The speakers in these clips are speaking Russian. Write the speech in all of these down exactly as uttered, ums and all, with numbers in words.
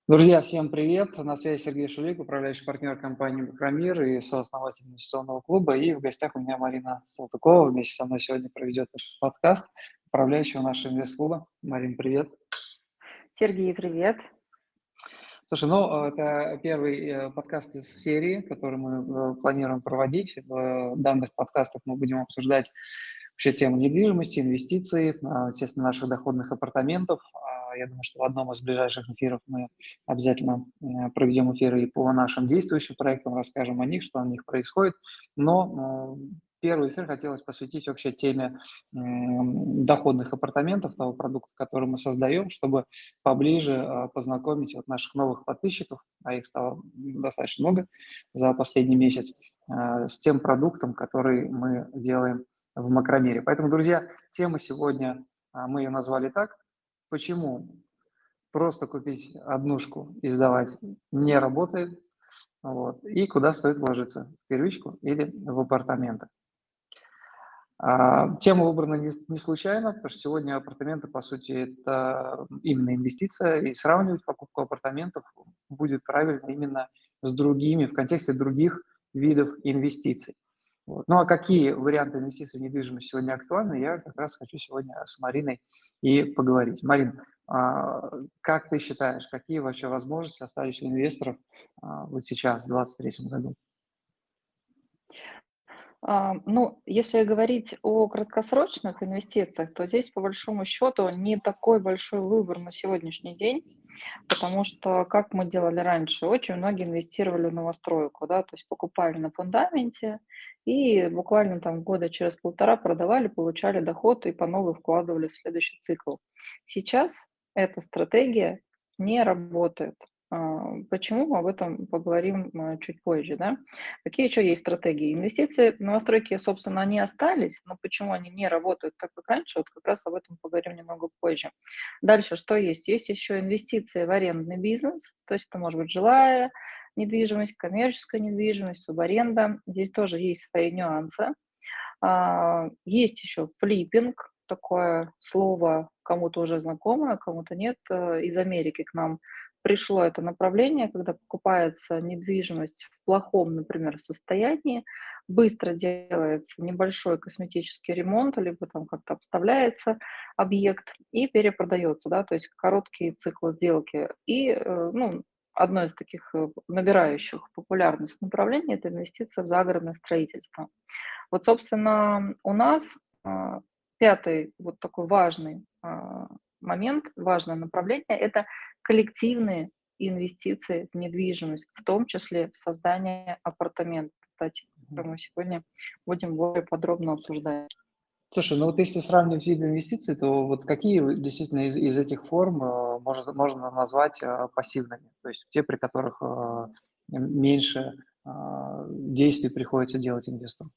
Друзья, всем привет! На связи Сергей Шулик, управляющий партнер компании «Макромир» и сооснователь инвестиционного клуба. И в гостях у меня Марина Салтыкова. Вместе со мной сегодня проведет этот подкаст, управляющего нашего инвест-клуба. Марин, привет! Сергей, привет! Слушай, ну, э, это первый э, подкаст из серии, который мы э, планируем проводить. В данных подкастах мы будем обсуждать вообще тему недвижимости, инвестиций, а, естественно, наших доходных апартаментов. А, Я думаю, что в одном из ближайших эфиров мы обязательно э, проведем эфиры и по нашим действующим проектам, расскажем о них, что на них происходит. Но э, первый эфир хотелось посвятить вообще теме м, доходных апартаментов, того продукта, который мы создаем, чтобы поближе а, познакомить вот наших новых подписчиков, а их стало достаточно много за последний месяц, а, с тем продуктом, который мы делаем в Макромире. Поэтому, друзья, тема сегодня, а, мы ее назвали так: почему просто купить однушку и сдавать не работает, вот, и куда стоит вложиться: в первичку или в апартаменты. А, тема выбрана не с не случайно, потому что сегодня апартаменты, по сути, это именно инвестиция, и сравнивать покупку апартаментов будет правильно именно с другими, в контексте других видов инвестиций. Вот. Ну, а какие варианты инвестиций в недвижимость сегодня актуальны, я как раз хочу сегодня с Мариной и поговорить. Марин, а, как ты считаешь, какие вообще возможности остались у инвесторов, а, вот сейчас, в двадцать третьем году? А, ну, если говорить о краткосрочных инвестициях, то здесь, по большому счету, не такой большой выбор на сегодняшний день, потому что, как мы делали раньше, очень многие инвестировали в новостройку, да, то есть покупали на фундаменте и буквально там года через полтора продавали, получали доход и по новой вкладывали в следующий цикл. Сейчас эта стратегия не работает. А, Почему? Мы об этом поговорим а, чуть позже, да. Какие еще есть стратегии? Инвестиции в новостройки, собственно, они остались, но почему они не работают так, как раньше, вот как раз об этом поговорим немного позже. Дальше что есть? Есть еще инвестиции в арендный бизнес, то есть это может быть жилая недвижимость, коммерческая недвижимость, субаренда. Здесь тоже есть свои нюансы. А, Есть еще флиппинг, такое слово кому-то уже знакомое, кому-то нет. Э, Из Америки к нам пришло это направление, когда покупается недвижимость в плохом, например, состоянии, быстро делается небольшой косметический ремонт, либо там как-то обставляется объект и перепродается, да, то есть короткие циклы сделки. И, э, ну, одно из таких э, набирающих популярность направлений– это инвестиция в загородное строительство. Вот, собственно, у нас, а, пятый вот такой важный, а, момент, важное направление– это коллективные инвестиции в недвижимость, в том числе в создание апартаментов. Кстати, Мгм. которые мы сегодня будем более подробно обсуждать. Слушай, ну вот если сравнивать виды инвестиций, то вот какие вы действительно из из этих форм, э, можно можно назвать, а, пассивными? То есть те, при которых, а, м меньше, а, действий приходится делать инвестору.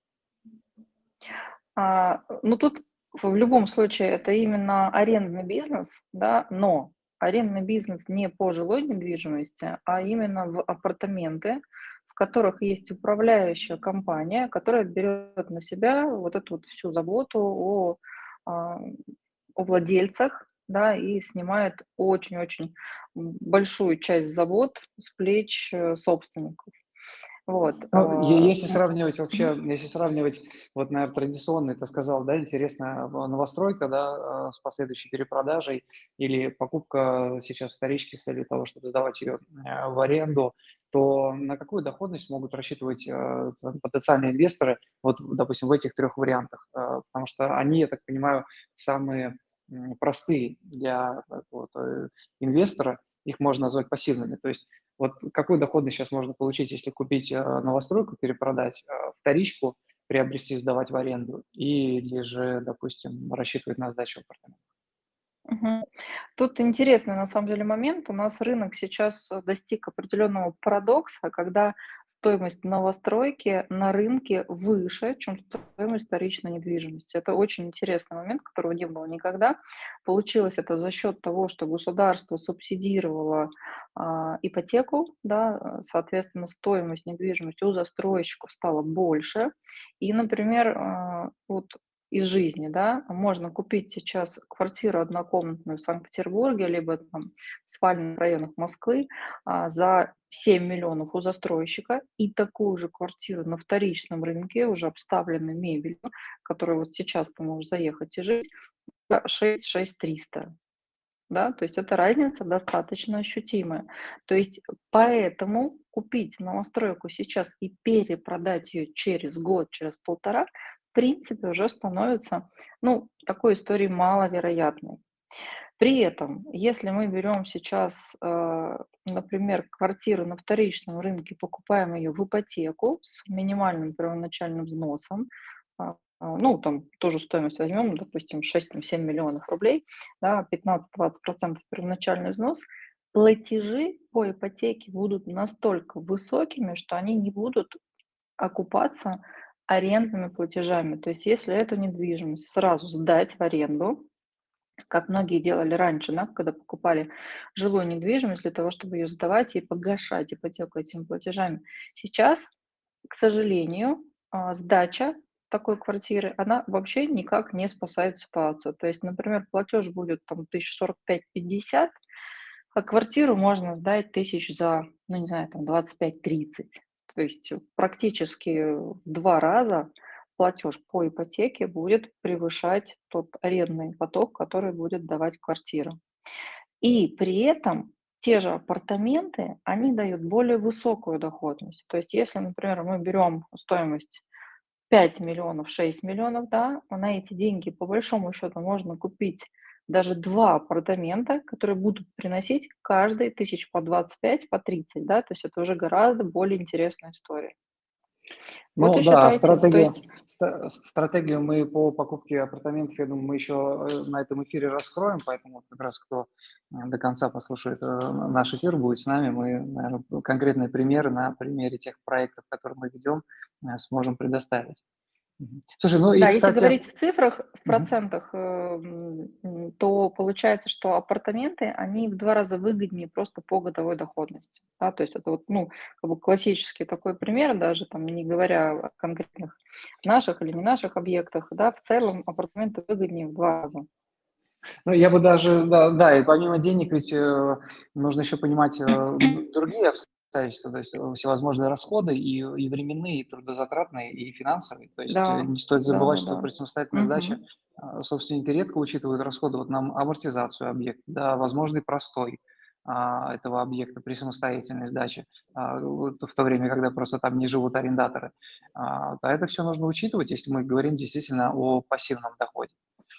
А, ну, тут в любом случае это именно арендный бизнес, да, но арендный бизнес не по жилой недвижимости, а именно в апартаменты, в которых есть управляющая компания, которая берет на себя вот эту вот всю заботу о, а, о владельцах, да, и снимает очень-очень большую часть забот с плеч э, собственников. Вот. Ну, е а, если м, сравнивать вообще, если сравнивать, вот, наверно, традиционно, ты сказал, да, интересно, в новостройка, да, а, с последующей перепродажей или покупка сейчас вторички с целью того, чтобы сдавать ее, а, в аренду, то на какую доходность могут рассчитывать, а, там потенциальные инвесторы, вот, допустим, в этих трех вариантах? А, потому что они, я так понимаю, самые, м, простые для вот, э, инвестора, их можно назвать пассивными. То есть вот какую доходность сейчас можно получить, если купить, а, новостройку, перепродать, а, вторичку, приобрести, сдавать в аренду, или же, допустим, рассчитывать на сдачу апартамента? Мгм. Тут интересный на самом деле момент. У нас рынок сейчас э, достиг определенного парадокса, когда стоимость новостройки на рынке выше, чем стоимость вторичной недвижимости. Это очень интересный момент, которого не было никогда. Получилось это за счет того, что государство субсидировало а, ипотеку, да, э, соответственно, стоимость недвижимости у застройщиков стала больше. И, например, а, вот из жизни, да. Можно купить сейчас квартиру однокомнатную в Санкт-Петербурге, либо там в спальных районах Москвы а, за семь миллионов у застройщика и такую же квартиру на вторичном рынке, уже обставленной мебелью, которую вот сейчас ты можешь заехать и жить, за шесть шесть триста. Да, то есть эта разница достаточно ощутимая. То есть поэтому купить новостройку сейчас и перепродать ее через год, через полтора, в принципе, уже становится, ну, такой историей маловероятной. При этом, если мы берем сейчас, э, например, квартиру на вторичном рынке, покупаем ее в ипотеку с минимальным первоначальным взносом, а, а, ну, там тоже стоимость возьмем, допустим, шесть-семь миллионов рублей, да, пятнадцать-двадцать процентов первоначальный взнос, платежи по ипотеке будут настолько высокими, что они не будут окупаться арендными платежами. То есть если эту недвижимость сразу сдать в аренду, как многие делали раньше, да, когда покупали жилую недвижимость для того, чтобы ее сдавать и погашать ипотеку этими платежами. Сейчас, к сожалению, а, сдача такой квартиры, она вообще никак не спасает ситуацию. То есть, например, платеж будет там тысяч сорок пять-пятьдесят, а квартиру можно сдать тысяч за, ну не знаю, там двадцать пять-тридцать. То есть практически в два раза платеж по ипотеке будет превышать тот арендный поток, который будет давать квартира. И при этом те же апартаменты, они дают более высокую доходность. То есть если, например, мы берем стоимость пять миллионов, шесть миллионов, да, на эти деньги по большому счету можно купить даже два апартамента, которые будут приносить каждый тысяч по двадцать пять, по тридцать, да, то есть это уже гораздо более интересная история. Вот Ну и да, считайте, то стратегия, есть ста- стратегию мы по покупке апартаментов, я думаю, мы еще э, на этом эфире раскроем, поэтому вот как раз кто э, до конца послушает э, наш эфир, будет с нами, мы, наверное, конкретные примеры на примере тех проектов, которые мы ведем, э, сможем предоставить. Мгм. Слушай, ну и, да, если кстати, говорить в цифрах, в мгм. процентах, э, м, м, то получается, что апартаменты, они в два раза выгоднее просто по годовой доходности. Да, то есть это вот, ну, как бы классический такой пример, даже там не говоря о конкретных наших или не наших объектах, да, в целом апартаменты выгоднее в два раза. Ну, я бы даже, да, да, и помимо денег ведь э, нужно еще понимать э, д- другие обстоятельства, то есть э, всевозможные расходы и, и временные, и трудозатратные, и финансовые. То есть э, Да, не стоит забывать, что да-да-да. при самостоятельной сдаче Мгм. э, собственники редко учитывают расходы вот на амортизацию объекта, да, возможный простой а, этого объекта при самостоятельной сдаче, а, вот в то время, когда просто там не живут арендаторы. А, а это все нужно учитывать, если мы говорим действительно о пассивном доходе.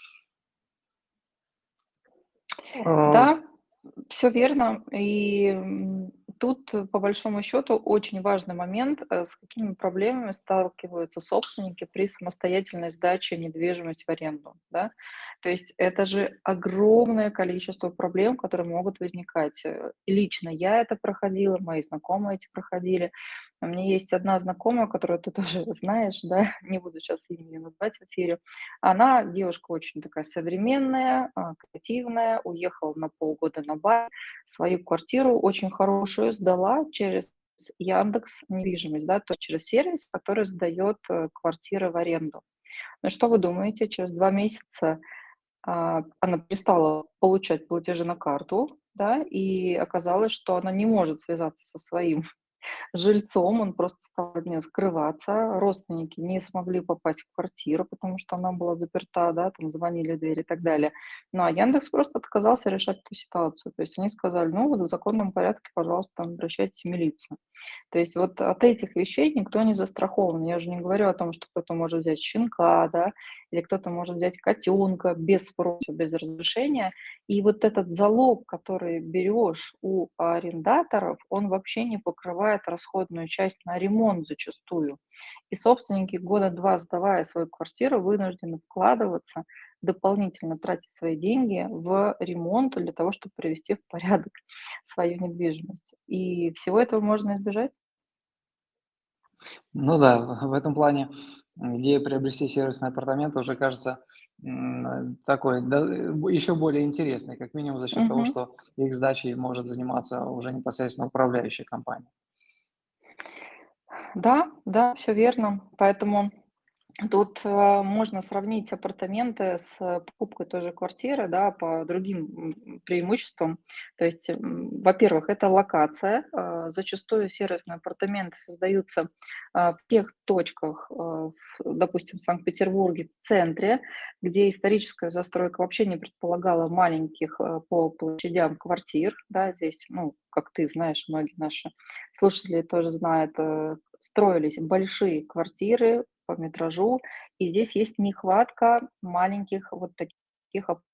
Э, Да, все верно. И, м, тут, э, по большому счету, очень важный момент, э, с какими проблемами сталкиваются собственники при самостоятельной сдаче недвижимости в аренду, да. То есть это же огромное количество проблем, которые могут возникать. Э, и лично я это проходила, мои знакомые эти проходили. У меня есть одна знакомая, которую ты тоже знаешь, да, не буду сейчас имя её называть в эфире. Она девушка очень такая современная, а, креативная, уехала на полгода на Бали, свою квартиру очень хорошую сдала через Яндекс недвижимость, да, то есть через сервис, который сдает э, квартиры в аренду. Ну что вы думаете, через два месяца а, она перестала получать платежи на карту, да, и оказалось, что она не может связаться со своим жильцом, он просто стал от неё скрываться. Родственники не смогли попасть в квартиру, потому что она была заперта, да, там звонили в дверь и так далее. Ну, а Яндекс просто отказался решать эту ситуацию. То есть они сказали: "Ну, вот в законном порядке, пожалуйста, там обращайтесь в милицию". То есть вот от этих вещей никто не застрахован. Я уже не говорю о том, что кто-то может взять щенка, да, или кто-то может взять котенка без спроса, без разрешения. И вот этот залог, который берешь у арендаторов, он вообще не покрывает расходную часть на ремонт зачастую. И собственники года два, сдавая свою квартиру, вынуждены вкладываться, дополнительно тратить свои деньги в ремонт для того, чтобы привести в порядок свою недвижимость. И всего этого можно избежать. Ну да, в в этом плане, м, идея приобрести сервисные апартаменты уже кажется, м, такой, да, э, бо еще более интересной, как минимум за счет того, Мгм. что их сдачей может заниматься уже непосредственно управляющая компания. Да, да, все верно. Поэтому Тут, э, можно сравнить апартаменты с покупкой той же квартиры, да, по другим, м, преимуществам. То есть, м, во-первых, это локация. Э, зачастую сервисные апартаменты создаются, а, в тех точках, э, в, допустим, в Санкт-Петербурге, в центре, где историческая застройка вообще не предполагала маленьких, э, по площадям квартир. Да, здесь, ну, как ты знаешь, многие наши слушатели тоже знают, э, строились большие квартиры по метражу, и здесь есть нехватка маленьких вот таких ап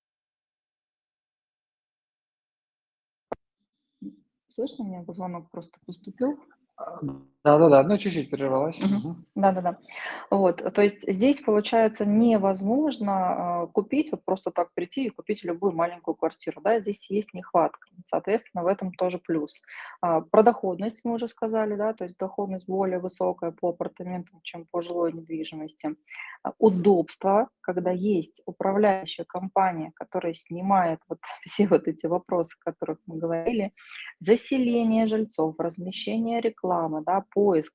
Слышно меня? Звонок просто поступил. А, да-да-да, ну, чуть-чуть прервалась. Мгм. Мгм. Да-да-да. Вот, то есть здесь, получается, невозможно, а, купить, вот просто так прийти и купить любую маленькую квартиру, да, здесь есть нехватка. Соответственно, в этом тоже плюс. А, про доходность мы уже сказали, да, то есть доходность более высокая по апартаментам, чем по жилой недвижимости. А, удобство, когда есть управляющая компания, которая снимает вот все вот эти вопросы, о которых мы говорили, заселение жильцов, размещение рекламы, да, поиск,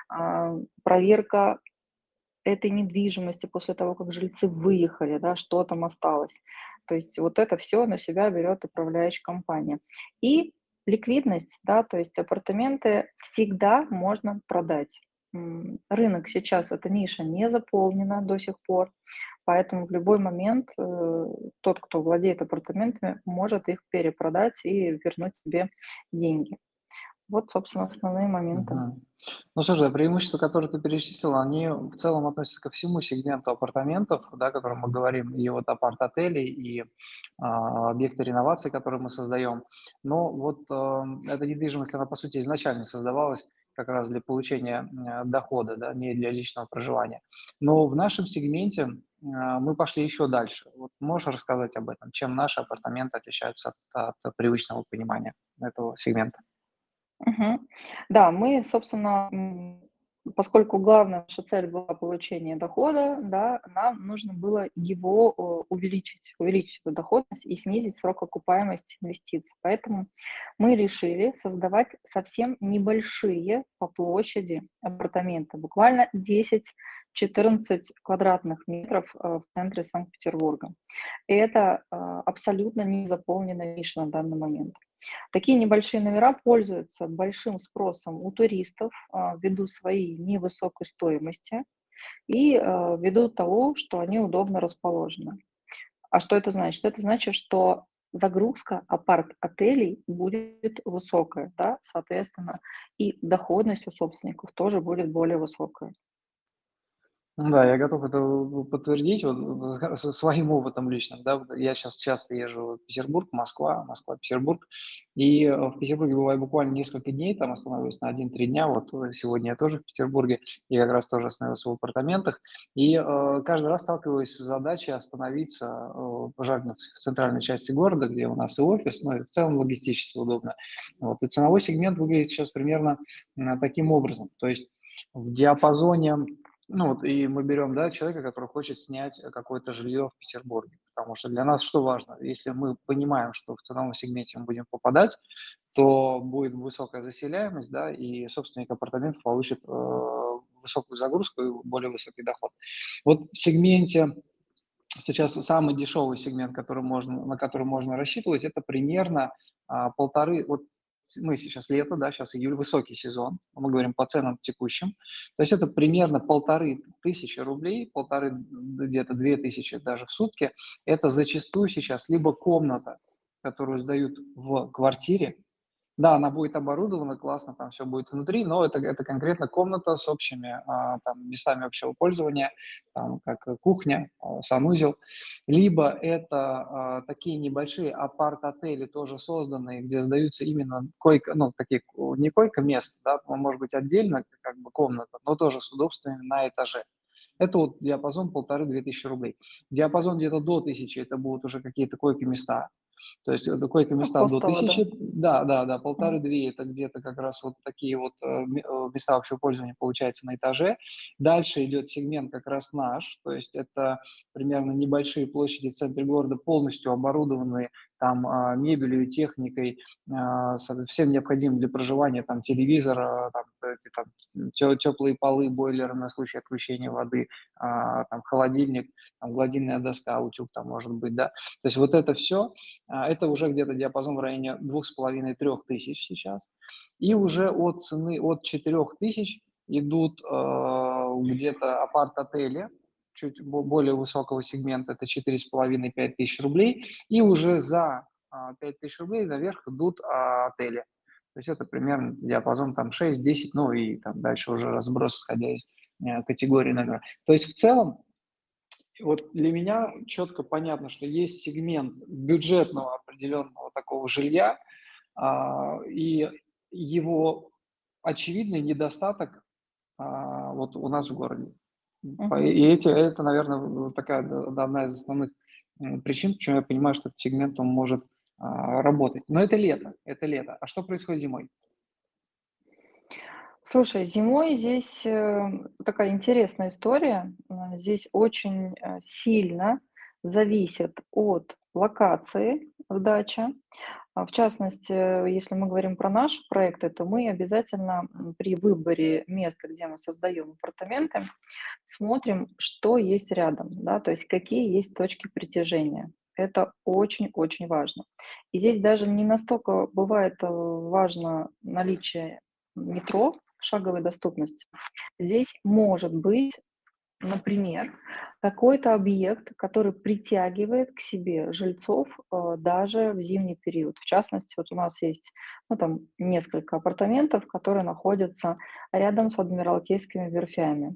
а, проверка этой недвижимости после того, как жильцы выехали, да, что там осталось. То есть вот это все на себя берет управляющая компания. И ликвидность, да, то есть апартаменты всегда можно продать. М, рынок сейчас, эта ниша не заполнена до сих пор, поэтому в любой момент, э, тот, кто владеет апартаментами, может их перепродать и вернуть себе деньги. Вот, собственно, основные моменты. Мгм. Ну, слушай, а преимущества, которые ты перечислил, они в целом относятся ко всему сегменту апартаментов, да, о котором мы говорим, и вот апарт-отелей, и а, объекты реновации, которые мы создаем. Но вот а, эта недвижимость, она, по сути, изначально создавалась как раз для получения а, дохода, да, не для личного проживания. Но в нашем сегменте а, мы пошли еще дальше. Вот можешь рассказать об этом, чем наши апартаменты отличаются от, от привычного понимания этого сегмента? Мгм. Да, мы, собственно, м, поскольку главная наша цель была получение дохода, да, нам нужно было его, э, увеличить, увеличить эту доходность и снизить срок окупаемости инвестиций. Поэтому мы решили создавать совсем небольшие по площади апартаменты, буквально десять-четырнадцать квадратных метров, э, в центре Санкт-Петербурга. И это, а, абсолютно незаполненная ниша на данный момент. Такие небольшие номера пользуются большим спросом у туристов, а, ввиду своей невысокой стоимости и, а, ввиду того, что они удобно расположены. А что это значит? Это значит, что загрузка апарт-отелей будет высокая, да, соответственно, и доходность у собственников тоже будет более высокая. Ну да, я готов это в подтвердить вот в со своим опытом личным, да. Вот я сейчас часто езжу в Петербург, Москва, Москва-Петербург, и, э, в Петербурге бываю буквально несколько дней, там останавливаюсь на один-три дня. Вот, э, сегодня я тоже в Петербурге, и как раз тоже остановился в апартаментах. И, э, каждый раз сталкиваюсь с задачей остановиться, э, желательно в в центральной части города, где у нас и офис, ну и в целом логистически удобно. Вот, и ценовой сегмент выглядит сейчас примерно, м, таким образом. То есть в диапазоне, ну вот и мы берем, да, человека, который хочет снять э, какое-то жилье в Петербурге. Потому что для нас что важно? Если мы понимаем, что в ценовом сегменте мы будем попадать, то будет высокая заселяемость, да, и собственник апартаментов получит э, высокую загрузку и более высокий доход. Вот в сегменте сейчас самый дешевый сегмент, который можно, на который можно рассчитывать, это примерно а, полторы, вот мы сейчас лето, да, сейчас июль, высокий сезон, мы говорим по ценам текущим, то есть это примерно полторы тысячи рублей, полторы, где-то две тысячи даже в сутки, это зачастую сейчас либо комната, которую сдают в квартире, да, она будет оборудована классно, там все будет внутри, но это это конкретно комната с общими, а, там местами общего пользования, там как, э, кухня, а, санузел. Либо это, а, такие небольшие апарт-отели, тоже созданные, где сдаются именно койка, ну, такие, ко не койко-место, да, а может быть отдельно как бы комната, но тоже с удобствами на этаже. Это вот диапазон полторы-две тысячи рублей. Диапазон где-то до тысячи это будут уже какие-то койко-места. То есть, э, Ну, койко-места до хостелы, да. тысячи, да, да, да, Мгм. полторы-две это где-то как раз вот такие вот, э, ме э, места общего пользования получается на этаже. Дальше идет сегмент как раз наш, то есть это примерно небольшие площади в центре города, полностью оборудованные там, а, мебелью и техникой, а, со всем необходимым для проживания, там, телевизор, а, там, эти там, тё теплые полы, бойлеры на случай отключения воды, а, там, холодильник, там, гладильная доска, утюг там может быть, да. То есть вот это все, это уже где-то диапазон в районе двух с половиной трёх тысяч сейчас. И уже от цены от четырёх тысяч идут, а, где-то апарт-отели, чуть бо более высокого сегмента, это четыре с половиной пять тысяч рублей. И уже за, а, пять тысяч рублей наверх идут, а, отели. То есть это примерно диапазон там шесть-десять, ну и там дальше уже разброс, исходя из, э, категории номера. То есть в целом, вот для меня четко понятно, что есть сегмент бюджетного определенного такого жилья, а, и его очевидный недостаток, а, вот у нас в городе. По Мгм. и эти это, наверное, вот такая, да, да, одна из основных, м, причин, почему я понимаю, что этот сегмент, он может, а, работать. Но это лето, это лето. А что происходит зимой? Слушай, зимой здесь, э, такая интересная история. А, здесь очень, э, сильно зависит от локации сдачи. А, в частности, э, если мы говорим про наши проекты, то мы обязательно, м, при выборе места, где мы создаем апартаменты, смотрим, что есть рядом, да, то есть какие есть точки притяжения. Это очень-очень важно. И здесь даже не настолько бывает, э, важно наличие метро в шаговой доступности. Здесь может быть, например, какой-то объект, который притягивает к себе жильцов, э, даже в зимний период. В частности, вот у нас есть, ну, там несколько апартаментов, которые находятся рядом с Адмиралтейскими верфями.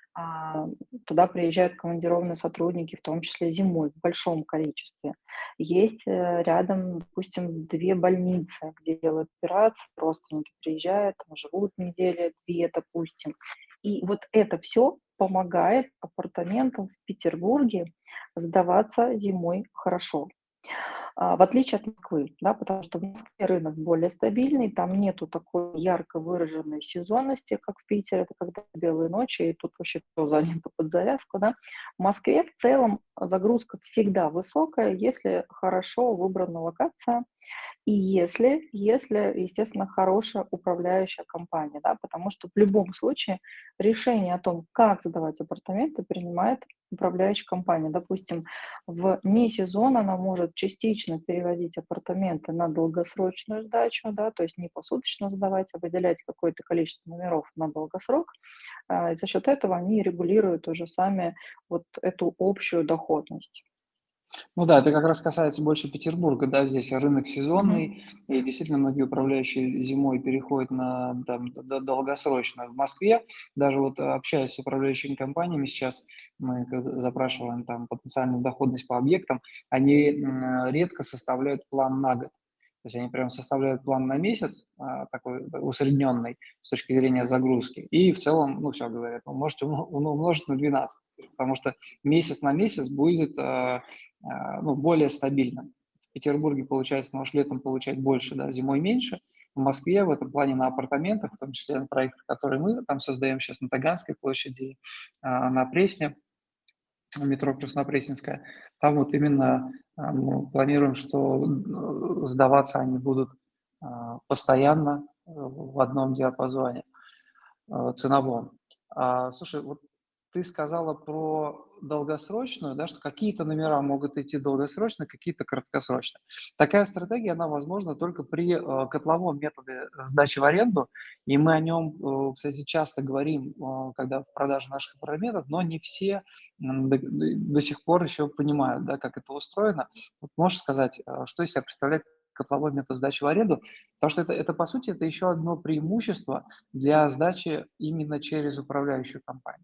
А, Туда приезжают командированные сотрудники, в том числе зимой, в большом количестве. Есть, э, рядом, допустим, две больницы, где делают операции, родственники приезжают, там живут недели две, допустим. И вот это все помогает апартаментам в Петербурге сдаваться зимой хорошо. А, в отличие от Москвы, да, потому что в Москве рынок более стабильный, там нету такой ярко выраженной сезонности, как в Питере, это когда белые ночи, и тут вообще всё залито под завязку, да. В Москве в целом загрузка всегда высокая, если хорошо выбрана локация и если если, естественно, хорошая управляющая компания, да, потому что в любом случае решение о том, как сдавать апартаменты, принимает управляющая компания. Допустим, в несезон она может частично переводить апартаменты на долгосрочную сдачу, да, то есть не посуточно сдавать, а выделять какое-то количество номеров на долгосрок. А, и за счет этого они регулируют уже сами вот эту общую доходность. Ну да, это как раз касается больше Петербурга, да, здесь рынок Мгм. сезонный, и действительно многие управляющие зимой переходят на там, д- д- долгосрочно. В Москве, даже вот э, общаясь с управляющими компаниями сейчас, мы как за- запрашиваем там потенциальную доходность по объектам, они м, э, редко составляют план на год. То есть они прям составляют план на месяц, а, такой да, усредненный с точки зрения загрузки, и в целом, ну, все говорят, вы можете умно- умножить на двенадцать, потому что месяц на месяц будет э, а, ну, более стабильным. В Петербурге, получается, можешь летом получать больше, да, зимой меньше. В Москве в этом плане на апартаментах, в том числе на проектах, которые мы там создаем сейчас на Таганской площади, а, на Пресне, метро Краснопресненская, там вот именно а, мы планируем, что э, сдаваться они будут а, постоянно э, в одном диапазоне э, ценовом. А, слушай, вот ты сказала про долгосрочную, да, что какие-то номера могут идти долгосрочно, какие-то краткосрочно. Такая стратегия, она возможна только при э, котловом методе э, сдачи в аренду, и мы о нем, э, кстати, часто говорим, э, когда в продаже наших апартаментов, но не все м, до, до- до сих пор еще понимают, да, как это устроено. Вот можешь сказать, э, что из себя представляет котловой метод сдачи в аренду? Потому что это, это, по сути, это еще одно преимущество для сдачи именно через управляющую компанию.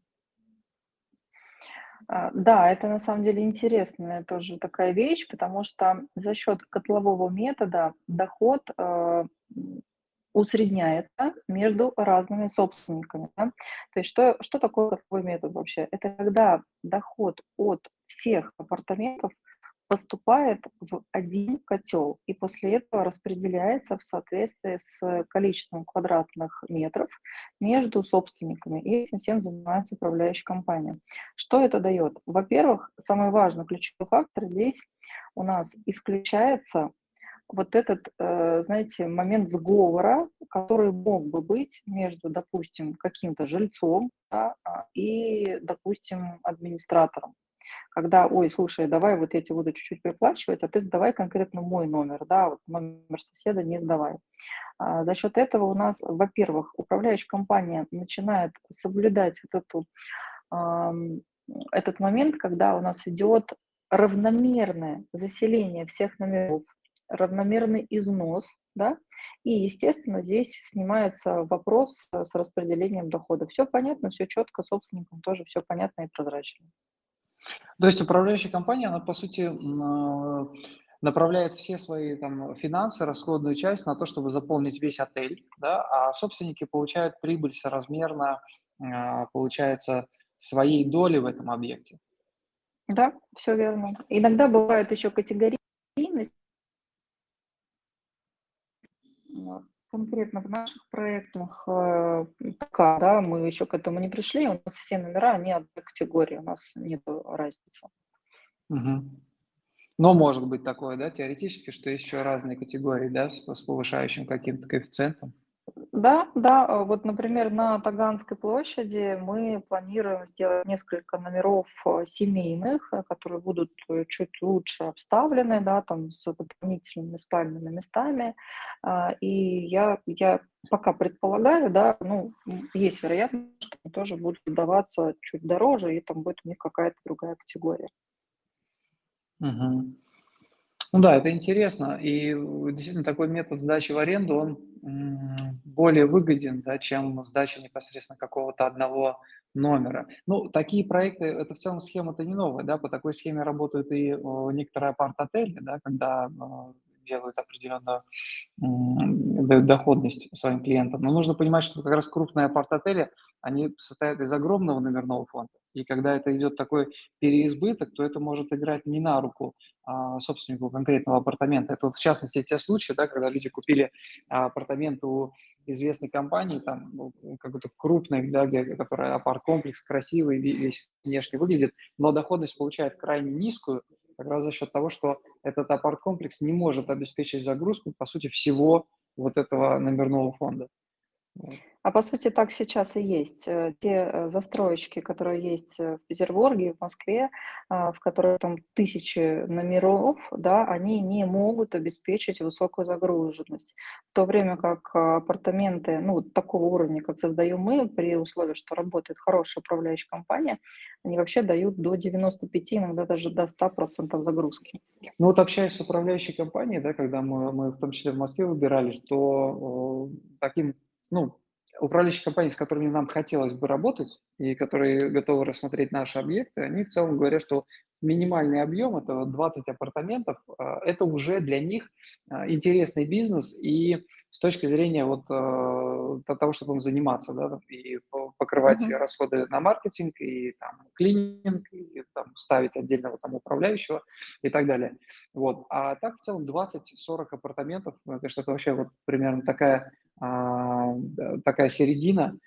А, да, это на самом деле интересная тоже такая вещь, потому что за счет котлового метода доход, а, м, усредняется между разными собственниками, да. То есть что что такое котловой метод вообще? Это когда доход от всех апартаментов поступает в один котел и после этого распределяется в соответствии с количеством квадратных метров между собственниками. И этим всем занимается управляющая компания. Что это дает? Во-первых, самый важный ключевой фактор здесь у нас исключается вот этот, э, знаете, момент сговора, который мог бы быть между, допустим, каким-то жильцом, да, а, и, допустим, администратором. Когда: "Ой, слушай, давай вот я тебе буду чуть-чуть приплачивать, а ты сдавай конкретно мой номер, да, вот номер соседа не сдавай". А, за счет этого у нас, во-первых, управляющая компания начинает соблюдать вот эту, ам, этот момент, когда у нас идет равномерное заселение всех номеров, равномерный износ, да, и, естественно, здесь снимается вопрос с с распределением дохода. Все понятно, все четко, собственникам тоже все понятно и прозрачно. То есть управляющая компания, она, по сути, м, а, направляет все свои там финансы, расходную часть на то, чтобы заполнить весь отель, да, а собственники получают прибыль соразмерно, а, получается, своей доли в этом объекте. Да, все верно. Иногда бывают еще категорийность. Вот. Конкретно в наших проектах, э, пока, да, мы еще к этому не пришли, у нас все номера, они одной категории, у нас нету разницы. Мгм. Но может быть такое, да, теоретически, что есть еще разные категории, да, с с повышающим каким-то коэффициентом. Да, да, а, вот, например, на Таганской площади мы планируем сделать несколько номеров, э, семейных, э, которые будут, э, чуть лучше обставлены, да, там с дополнительными спальными местами. А, и я я пока предполагаю, да, ну, м, есть вероятность, что они тоже будут сдаваться чуть дороже, и там будет у них какая-то другая категория. Мгм. Ну да, это интересно. И, э, действительно, такой метод сдачи в аренду, он, м, более выгоден, да, чем сдача непосредственно какого-то одного номера. Ну, такие проекты, это в целом схема-то не новая, да, по такой схеме работают и, э, некоторые апарт-отели, да, когда, а, делают определенную м, дают доходность своим клиентам. Но нужно понимать, что как раз крупные апарт-отели, они состоят из огромного номерного фонда. И когда это идет такой переизбыток, то это может играть не на руку а, собственнику конкретного апартамента. Это вот в частности те случаи, да, когда люди купили а, апартаменты у известной компании, там, ну, какой-то крупной, да, где, которая апарт-комплекс красивый, ве- весь внешне выглядит, но доходность получает крайне низкую, как раз за счет того, что этот апарт-комплекс не может обеспечить загрузку, по сути, всего вот этого номерного фонда. Вот. А по сути так сейчас и есть. Э, те, э, застройщики, которые есть, э, в Петербурге и в Москве, а, в которых там тысячи номеров, да, они не могут обеспечить высокую загруженность. В то время как, а, апартаменты, ну, вот такого уровня, как создаем мы, при условии, что работает хорошая управляющая компания, они вообще дают до девяноста пяти, иногда даже до ста процентов загрузки. Ну вот общаясь с управляющей компанией, да, когда мы, мы в том числе в Москве выбирали, то э, таким, ну, управляющие компании, с которыми нам хотелось бы работать и которые готовы рассмотреть наши объекты, они в целом говорят, что минимальный объем, это вот двадцать апартаментов, э, это уже для них э, интересный бизнес и с точки зрения вот э, то- того, чтобы им заниматься, да, там, и по- покрывать Мгм. расходы на маркетинг, и там клининг, и там, ставить отдельного там управляющего и так далее. Вот. А так в целом двадцать-сорок апартаментов, ну, это что-то вообще вот примерно такая, а, да, такая середина,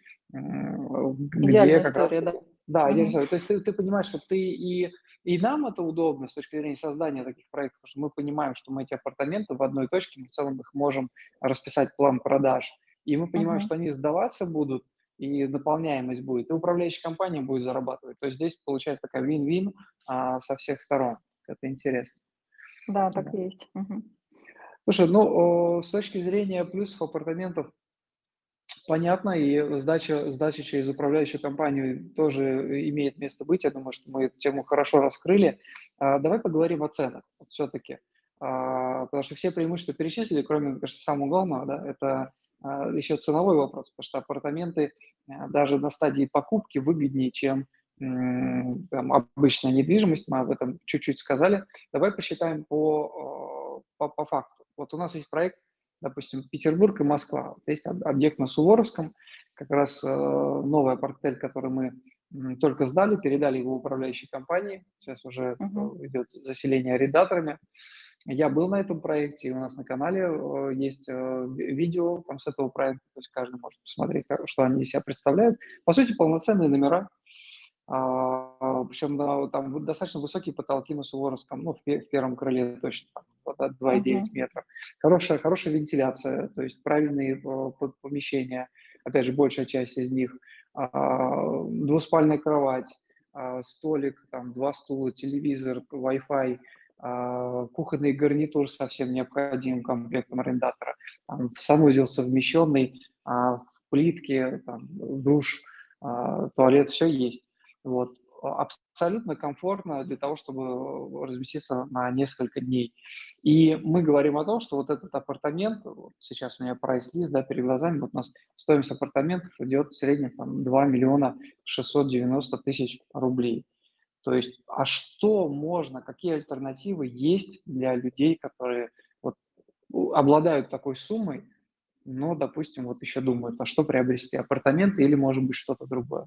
м, где Идеальная как раз история, да. таки да, Мгм. идеально. То есть ты ты понимаешь, что ты и и нам это удобно с точки зрения создания таких проектов, потому что мы понимаем, что мы эти апартаменты в одной точке, мы в целом их можем расписать план продаж. И мы понимаем, Мгм. что они сдаваться будут, и наполняемость будет, и управляющая компания будет зарабатывать. То есть здесь получается такая вин-вин, а, со всех сторон. Это интересно. Да, так Да. и есть. Мгм. Слушай, ну, о, с точки зрения плюсов апартаментов понятно, и сдача сдача через управляющую компанию тоже имеет место быть. Я думаю, что мы эту тему хорошо раскрыли. А, давай поговорим о ценах все-таки. Потому что все преимущества перечислили, кроме, мне кажется, самого главного, да, это а, еще ценовой вопрос, потому что апартаменты а, даже на стадии покупки выгоднее, чем м, там, обычная недвижимость. Мы об этом чуть-чуть сказали. Давай посчитаем по, э, по, по факту. Вот у нас есть проект, допустим, Петербург и Москва. Вот есть об- объект на Суворовском, как раз э, новый апарт-отель, который мы только сдали, передали его управляющей компании. Сейчас уже Мгм. идет заселение арендаторами. Я был на этом проекте, и у нас на канале э, есть э, ви- видео там, с этого проекта, то есть каждый может посмотреть, как- что они из себя представляют. По сути, полноценные номера, а, причем да, там вот достаточно высокие потолки на Суворовском, ну, в, пе- в первом крыле точно, там, вот, да, два и девять Мгм. метра. Хорошая, хорошая вентиляция, то есть правильные э, по- помещения, опять же, большая часть из них. А, двуспальная кровать, а, столик, там, два стула, телевизор, Wi-Fi, а, кухонный гарнитур со всем необходимым комплектом арендатора, там, санузел совмещенный, а, в плитке, там, душ, а, туалет, все есть. Вот. А, Абсолютно комфортно для того, чтобы э, разместиться на несколько дней. И мы говорим о том, что вот этот апартамент, вот сейчас у меня прайс-лист, да, перед глазами, вот у нас стоимость апартаментов идет в среднем там два миллиона шестьсот девяносто тысяч рублей. То есть, а что можно, какие альтернативы есть для людей, которые вот у- обладают такой суммой, но, допустим, вот еще думают, а что приобрести, апартаменты или, может быть, что-то другое?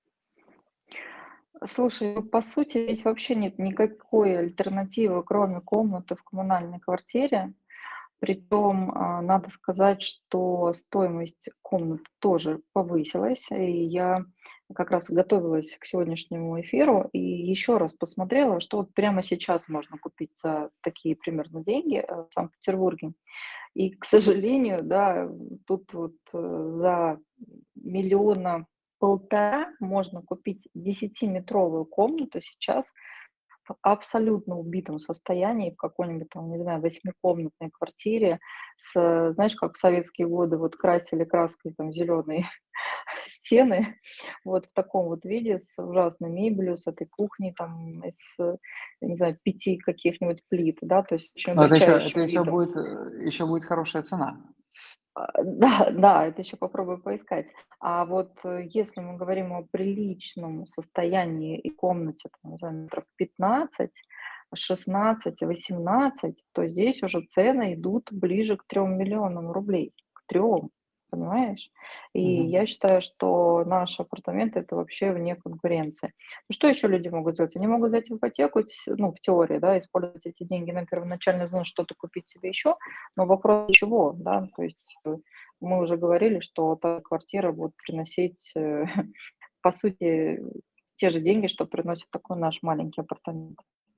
Слушай, ну, по сути, здесь вообще нет никакой альтернативы, кроме комнаты в коммунальной квартире. Притом, а, надо сказать, что стоимость комнат тоже повысилась. И я как раз готовилась к сегодняшнему эфиру и еще раз посмотрела, что вот прямо сейчас можно купить за такие примерно деньги э, в Санкт-Петербурге. И, к сожалению, да, тут вот э, за миллиона полтора можно купить десятиметровую комнату сейчас в абсолютно убитом состоянии, в какой-нибудь там, не знаю, восьмикомнатной квартире с, э, знаешь, как в советские годы вот красили краской там зеленые стены, вот в таком вот виде, с ужасной мебелью, с этой кухней там из, э, не знаю, пяти каких-нибудь плит, да, то есть очень Но это еще, это удручающим еще видом. будет, э, еще будет хорошая цена. А, да, да, это еще попробую поискать. А вот, э, если мы говорим о приличном состоянии и комнате, там, не знаю, метров пятнадцать, шестнадцать, восемнадцать, то здесь уже цены идут ближе к трем миллионам рублей. К трем, понимаешь? И Мгм. я считаю, что наши апартаменты- это вообще вне конкуренции. Ну, что еще люди могут сделать? Они могут взять в ипотеку, ть ну, в теории, да, использовать эти деньги на первоначальный взнос, что-то купить себе еще, но вопрос чего, да? То есть, э, мы уже говорили, что та квартира будет приносить, э, по сути, те же деньги, что приносит такой наш маленький апартамент.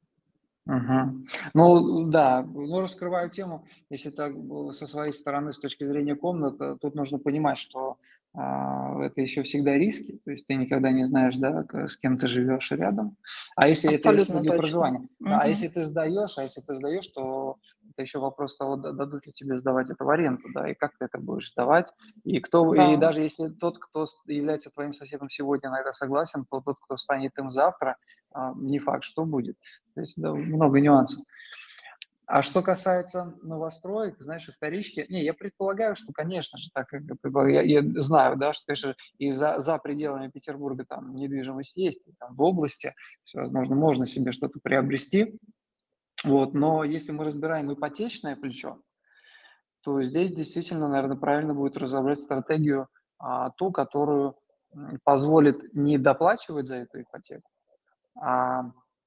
Мгм. Ну да, ну, раскрываю тему, если так э, со своей стороны, с точки зрения комнат, э, тут нужно понимать, что а, это еще всегда риски, то есть ты никогда не знаешь, да, к- с кем ты живешь рядом. А если это если Абсолютно для точно. проживания, да, а Мгм. если ты сдаешь, а если ты сдаешь, то это еще вопрос того, да- дадут ли тебе сдавать это в аренду, да, и как ты это будешь сдавать, и кто, и Да. даже если тот, кто с- является твоим соседом сегодня на это согласен, то тот, кто станет им завтра, а, не факт, что будет. То есть, да, много нюансов. А что касается новостроек, знаешь, и вторички, не, я предполагаю, что, конечно же, так как бы предполаг- я, я знаю, да, что, конечно, и за, за пределами Петербурга там недвижимость есть, и там в области, всё возможно, можно себе что-то приобрести, вот, но если мы разбираем ипотечное плечо, то здесь действительно, наверное, правильно будет разобрать стратегию, а, ту, которую м, позволит не доплачивать за эту ипотеку, а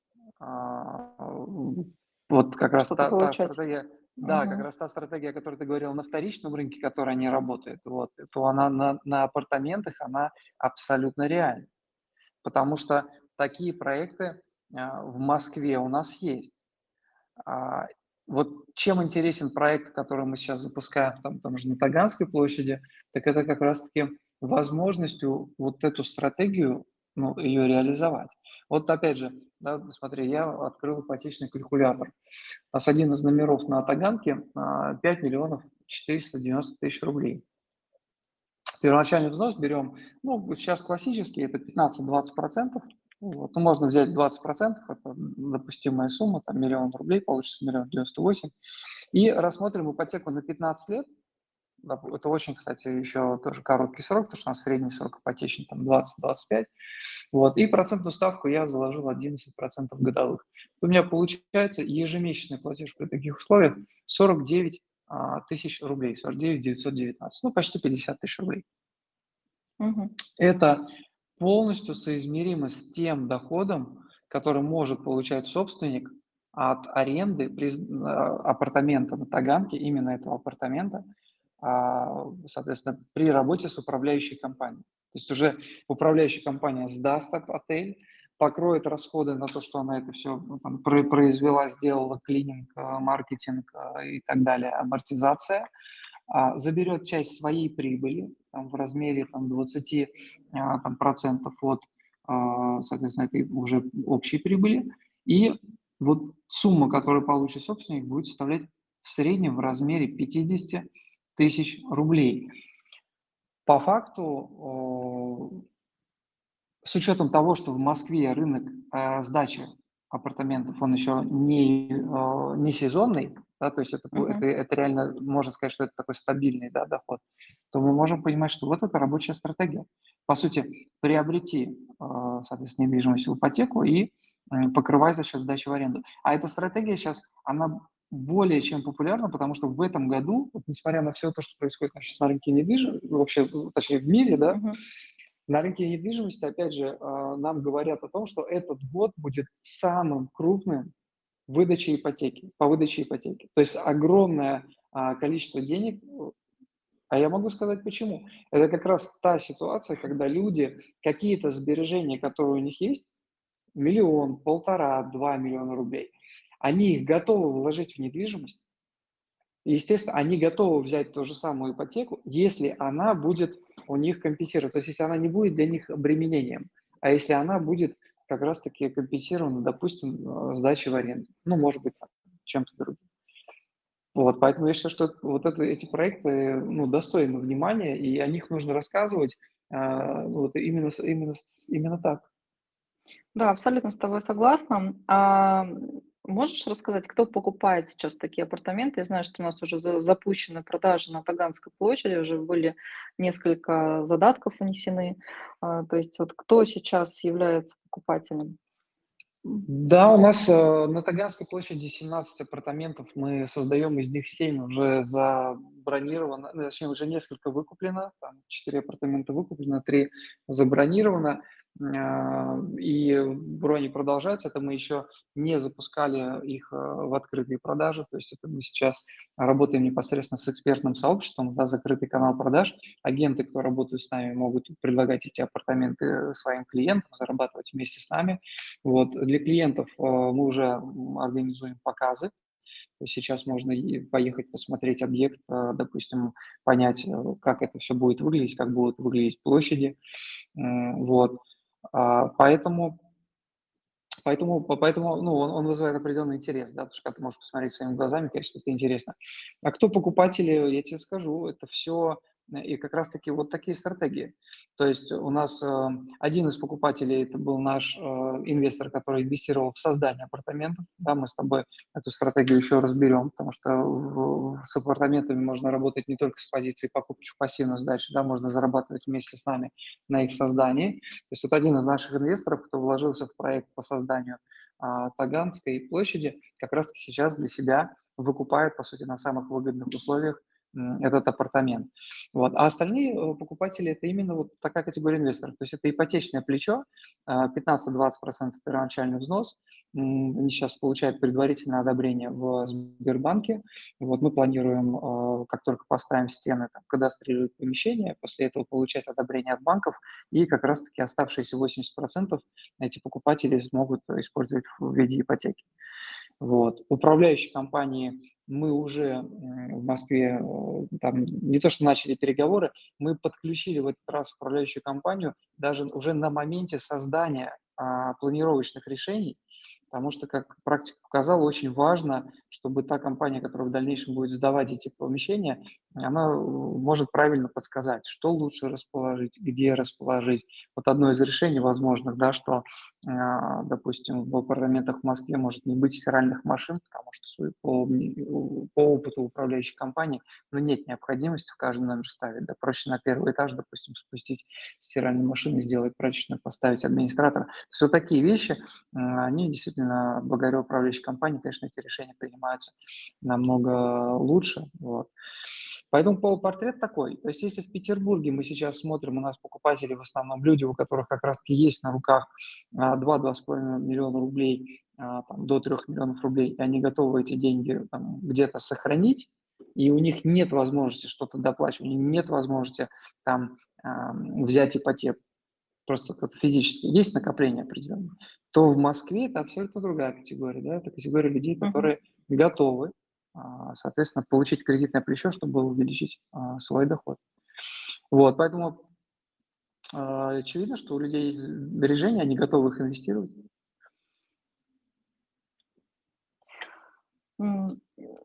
А, вот как раз Что-то та та получать. стратегия, да, как Мгм. раз та стратегия, о которой ты говорил на вторичном рынке, которая не работает, вот, то она на на апартаментах, она абсолютно реальна. Потому что такие проекты, а, в Москве у нас есть. А, вот чем интересен проект, который мы сейчас запускаем там там же на Таганской площади, так это как раз таки возможностью вот эту стратегию, ну, ее реализовать. Вот опять же, да, смотри, я открыл ипотечный калькулятор. У нас один из номеров на Таганке, а, пять миллионов четыреста девяносто тысяч рублей. Первоначальный взнос берем, ну, вот сейчас классический, это пятнадцать-двадцать процентов. Вот. Ну, можно взять двадцать процентов, это допустимая сумма, там миллион рублей, получится миллион девяносто восемь. И рассмотрим ипотеку на пятнадцать лет. Доп- Это очень, кстати, еще тоже короткий срок, потому что у нас средний срок ипотечный там двадцать-двадцать пять. Вот. И процентную ставку я заложил одиннадцать процентов годовых. У меня получается ежемесячный платеж при таких условиях сорок девять а, тысяч рублей, сорок девять девятьсот девятнадцать, ну почти пятьдесят тысяч рублей. Мгм. Это полностью соизмеримо с тем доходом, который может получать собственник от аренды приз а, апартамента на Таганке, именно этого апартамента, а, соответственно, при работе с управляющей компанией. То есть уже управляющая компания сдаст от отель, покроет расходы на то, что она это все произвела, сделала клининг, а, маркетинг, а, и так далее, амортизация, а, заберет часть своей прибыли там, в размере там, двадцать а, там, процентов от, а, соответственно, этой уже общей прибыли. И вот сумма, которую получит собственник, будет составлять в среднем в размере пятьдесят тысяч рублей. По факту, о, с учетом того, что в Москве рынок, э, сдачи апартаментов, он еще не, э, не сезонный, да, то есть это, бу это Мгм. это реально, можно сказать, что это такой стабильный, да, доход, то мы можем понимать, что вот это рабочая стратегия. По сути, приобрети, э, соответственно, недвижимость в ипотеку и, м, покрывай за счет сдачи в аренду. А эта стратегия сейчас, она более чем популярна, потому что в этом году, вот несмотря на все то, что происходит щас на рынке недвижимости, вообще, э, точнее в мире, да, Мгм. на рынке недвижимости, опять же, а, нам говорят о том, что этот год будет самым крупным в выдаче ипотеки, по выдаче ипотеки. То есть огромное, а, количество денег. э, А я могу сказать почему. Это как раз та ситуация, когда люди какие-то сбережения, которые у них есть, миллион, полтора, два миллиона рублей, они их готовы вложить в недвижимость. И, естественно, они готовы взять ту же самую ипотеку, если она будет у них компенсировать. То есть если она не будет для них обременением, а если она будет как раз-таки компенсирована, допустим, э, сдачей в аренду. Ну, может быть, там, чем-то другим. Вот, поэтому я считаю, что вот это, эти проекты, ну, достойны внимания, и о них нужно рассказывать, а, вот именно, с- именно, с- именно так. Да, абсолютно с тобой согласна. А, м, можешь рассказать, кто покупает сейчас такие апартаменты? Я знаю, что у нас уже за запущены продажи на Таганской площади, уже были несколько задатков внесены. А, то есть вот кто сейчас является покупателем? Да, у нас, э, на Таганской площади семнадцать апартаментов. Мы создаем, из них семь уже забронировано, ну, точнее, уже несколько выкуплено. Там четыре апартамента выкуплено, три забронировано. А, и брони продолжаются. Это мы еще не запускали их, э, в открытые продажи. То есть это мы сейчас работаем непосредственно с экспертным сообществом, да, закрытый канал продаж. Агенты, кто работают с нами, могут предлагать эти апартаменты своим клиентам, зарабатывать вместе с нами. Вот. Для клиентов, э, мы уже, м, организуем показы. То есть сейчас можно и поехать посмотреть объект, э, допустим, понять, э, как это все будет выглядеть, как будут выглядеть площади. М, вот. А, поэтому поэтому по поэтому, ну, он он вызывает определенный интерес, да, потому что когда ты можешь посмотреть своими глазами, конечно, это интересно. А кто покупатели, я тебе скажу, это все и как раз таки вот такие стратегии. То есть у нас, э, один из покупателей — это был наш, э, инвестор, который инвестировал в создание апартаментов. Да, мы с тобой эту стратегию еще разберем, потому что в с апартаментами можно работать не только с позиции покупки в пассивную сдачу, да, можно зарабатывать вместе с нами на их создании. То есть вот один из наших инвесторов, кто вложился в проект по созданию, а, Таганской площади, как раз таки сейчас для себя выкупает, по сути, на самых выгодных условиях, м, этот апартамент. Вот. А остальные, э, покупатели — это именно вот такая категория инвесторов. То есть это ипотечное плечо, а, пятнадцать-двадцать первоначальный взнос. М, они сейчас получают предварительное одобрение в Сбербанке. Вот мы планируем, э, как только поставим стены, там, кадастрируют помещение, после этого получать одобрение от банков, и как раз-таки оставшиеся восемьдесят процентов эти покупатели смогут использовать в виде ипотеки. Вот. Управляющие компании мы уже, м, в Москве, э, там не то что начали переговоры, мы подключили в этот раз управляющую компанию даже уже на моменте создания, а, планировочных решений, потому что, как практика показала, очень важно, чтобы та компания, которая в дальнейшем будет сдавать эти помещения, она, э, может правильно подсказать, что лучше расположить, где расположить. Вот одно из решений возможных, да, что, а, допустим, в апартаментах в Москве может не быть стиральных машин, потому что судя по, ми- у- по опыту управляющей компании, ну, нет необходимости в каждый номер ставить. Да, проще на первый этаж, допустим, спустить стиральную машину, сделать прачечную, поставить администратора. То есть вот такие вещи, м, они действительно, благодаря управляющей компании, конечно, эти решения принимаются намного лучше. Вот. Поэтому портрет такой. То есть если в Петербурге мы сейчас смотрим, у нас покупатели в основном люди, у которых как раз-таки есть на руках два-два с половиной миллиона рублей, а, там, до трех миллионов рублей, и они готовы эти деньги там, где-то сохранить, и у них нет возможности что-то доплачивать, у них нет возможности там а, взять ипотеку, просто как-то физически, есть накопление определенное, то в Москве это абсолютно другая категория, да, это категория людей, Мгм. которые готовы, а, соответственно, получить кредитное плечо, чтобы увеличить а, свой доход. Вот, поэтому а, очевидно, что у людей есть сбережения, они готовы их инвестировать. М,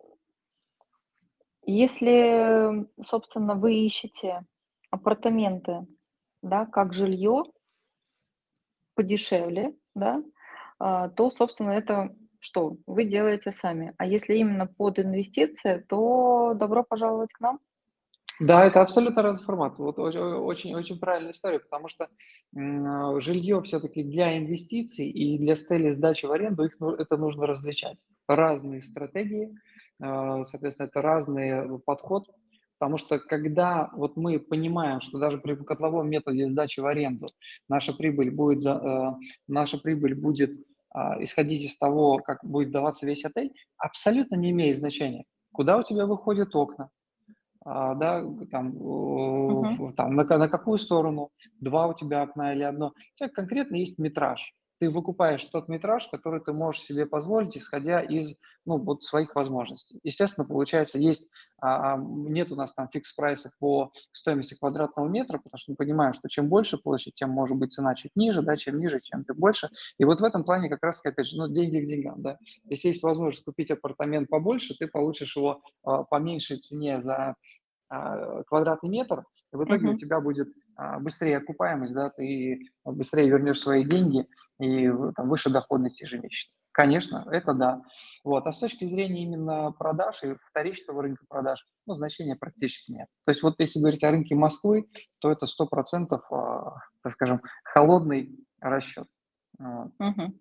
Если, собственно, вы ищете апартаменты, да, как жилье подешевле, да, а, то, собственно, это что? Вы делаете сами. А если именно под инвестиции, то добро пожаловать к нам. Да, это абсолютно разный формат. Вот оч очень очень правильная история, потому что, м, а, жилье все-таки для инвестиций и для цели сдачи в аренду их ну это нужно различать. Разные стратегии, а, соответственно, это разный э, подход. Потому что когда вот мы понимаем, что даже при котловом методе сдачи в аренду наша прибыль будет за э, наша прибыль будет, а, исходить из того, как будет сдаваться весь отель, абсолютно не имеет значения, куда у тебя выходят окна, а, да, г там, э, Мгм, ф там на ка на какую сторону, два у тебя окна или одно. У тебя конкретно есть метраж. Ты выкупаешь тот метраж, который ты можешь себе позволить, исходя из, ну, вот своих возможностей. Естественно, получается, есть, а, ам, нет у нас там фикс-прайсов по стоимости квадратного метра, потому что мы понимаем, что чем больше площадь, тем может быть цена чуть ниже, да, чем ниже, чем ты больше. И вот в этом плане как раз таки, опять же, ну, деньги к деньгам, да. Если есть возможность купить апартамент побольше, ты получишь его, а, по меньшей цене за а, квадратный метр, и в итоге у мгм, тебя будет а, быстрее окупаемость, да, ты быстрее вернешь свои деньги и в- там, выше доходность ежемесячно. Конечно, это да. Вот. А с точки зрения именно продаж и вторичного рынка продаж, ну, значения практически нет. То есть вот если говорить о рынке Москвы, то это сто процентов, а, так скажем, холодный расчет. Вот. мгм.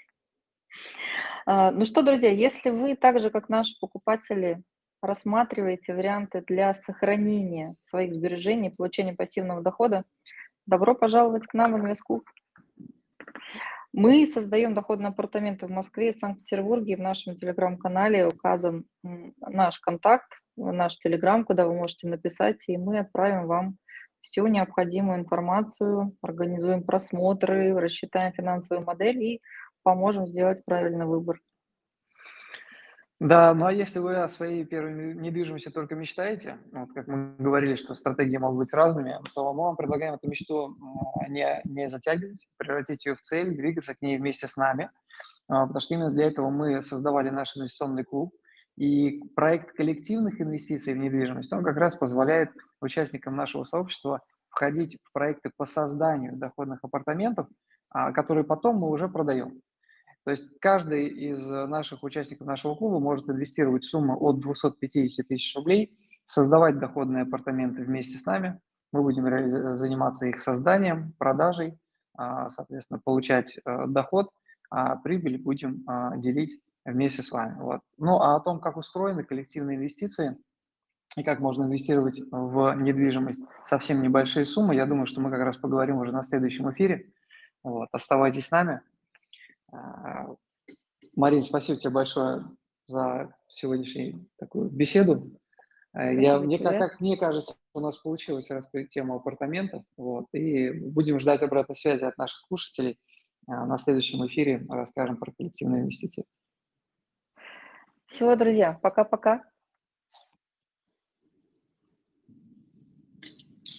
А, Ну что, друзья, если вы так же, как наши покупатели, рассматриваете варианты для сохранения своих сбережений, получения пассивного дохода, добро пожаловать к нам в InvestClub. Мы создаем доходные апартаменты в Москве и Санкт-Петербурге. В нашем телеграм-канале указан м, наш контакт, наш телеграм, куда вы можете написать, и мы отправим вам всю необходимую информацию, организуем просмотры, рассчитаем финансовую модель и поможем сделать правильный выбор. Да, ну а если вы о своей первой не- недвижимости только мечтаете, ну, вот как мы говорили, что стратегии могут быть разными, то мы вам предлагаем эту мечту а, не, не затягивать, превратить ее в цель, двигаться к ней вместе с нами, а, потому что именно для этого мы создавали наш инвестиционный клуб. И проект коллективных инвестиций в недвижимость, он как раз позволяет участникам нашего сообщества входить в проекты по созданию доходных апартаментов, а, которые потом мы уже продаем. То есть каждый из э, наших участников нашего клуба может инвестировать сумму от двухсот пятидесяти тысяч рублей, создавать доходные апартаменты вместе с нами. Мы будем реали- заниматься их созданием, продажей, а, соответственно, получать э, доход, а прибыль будем а, делить вместе с вами. Вот. Ну а о том, как устроены коллективные инвестиции и как можно инвестировать в недвижимость совсем небольшие суммы, я думаю, что мы как раз поговорим уже на следующем эфире. Вот. Оставайтесь с нами. А, Марин, спасибо тебе большое за сегодняшнюю такую беседу. Э, Я, Спасибо мне, как, тебе. как мне кажется, у нас получилось раскрыть тему апартаментов. Вот, и будем ждать обратной связи от наших слушателей. А, На следующем эфире расскажем про коллективные инвестиции. Всего, друзья. Пока-пока.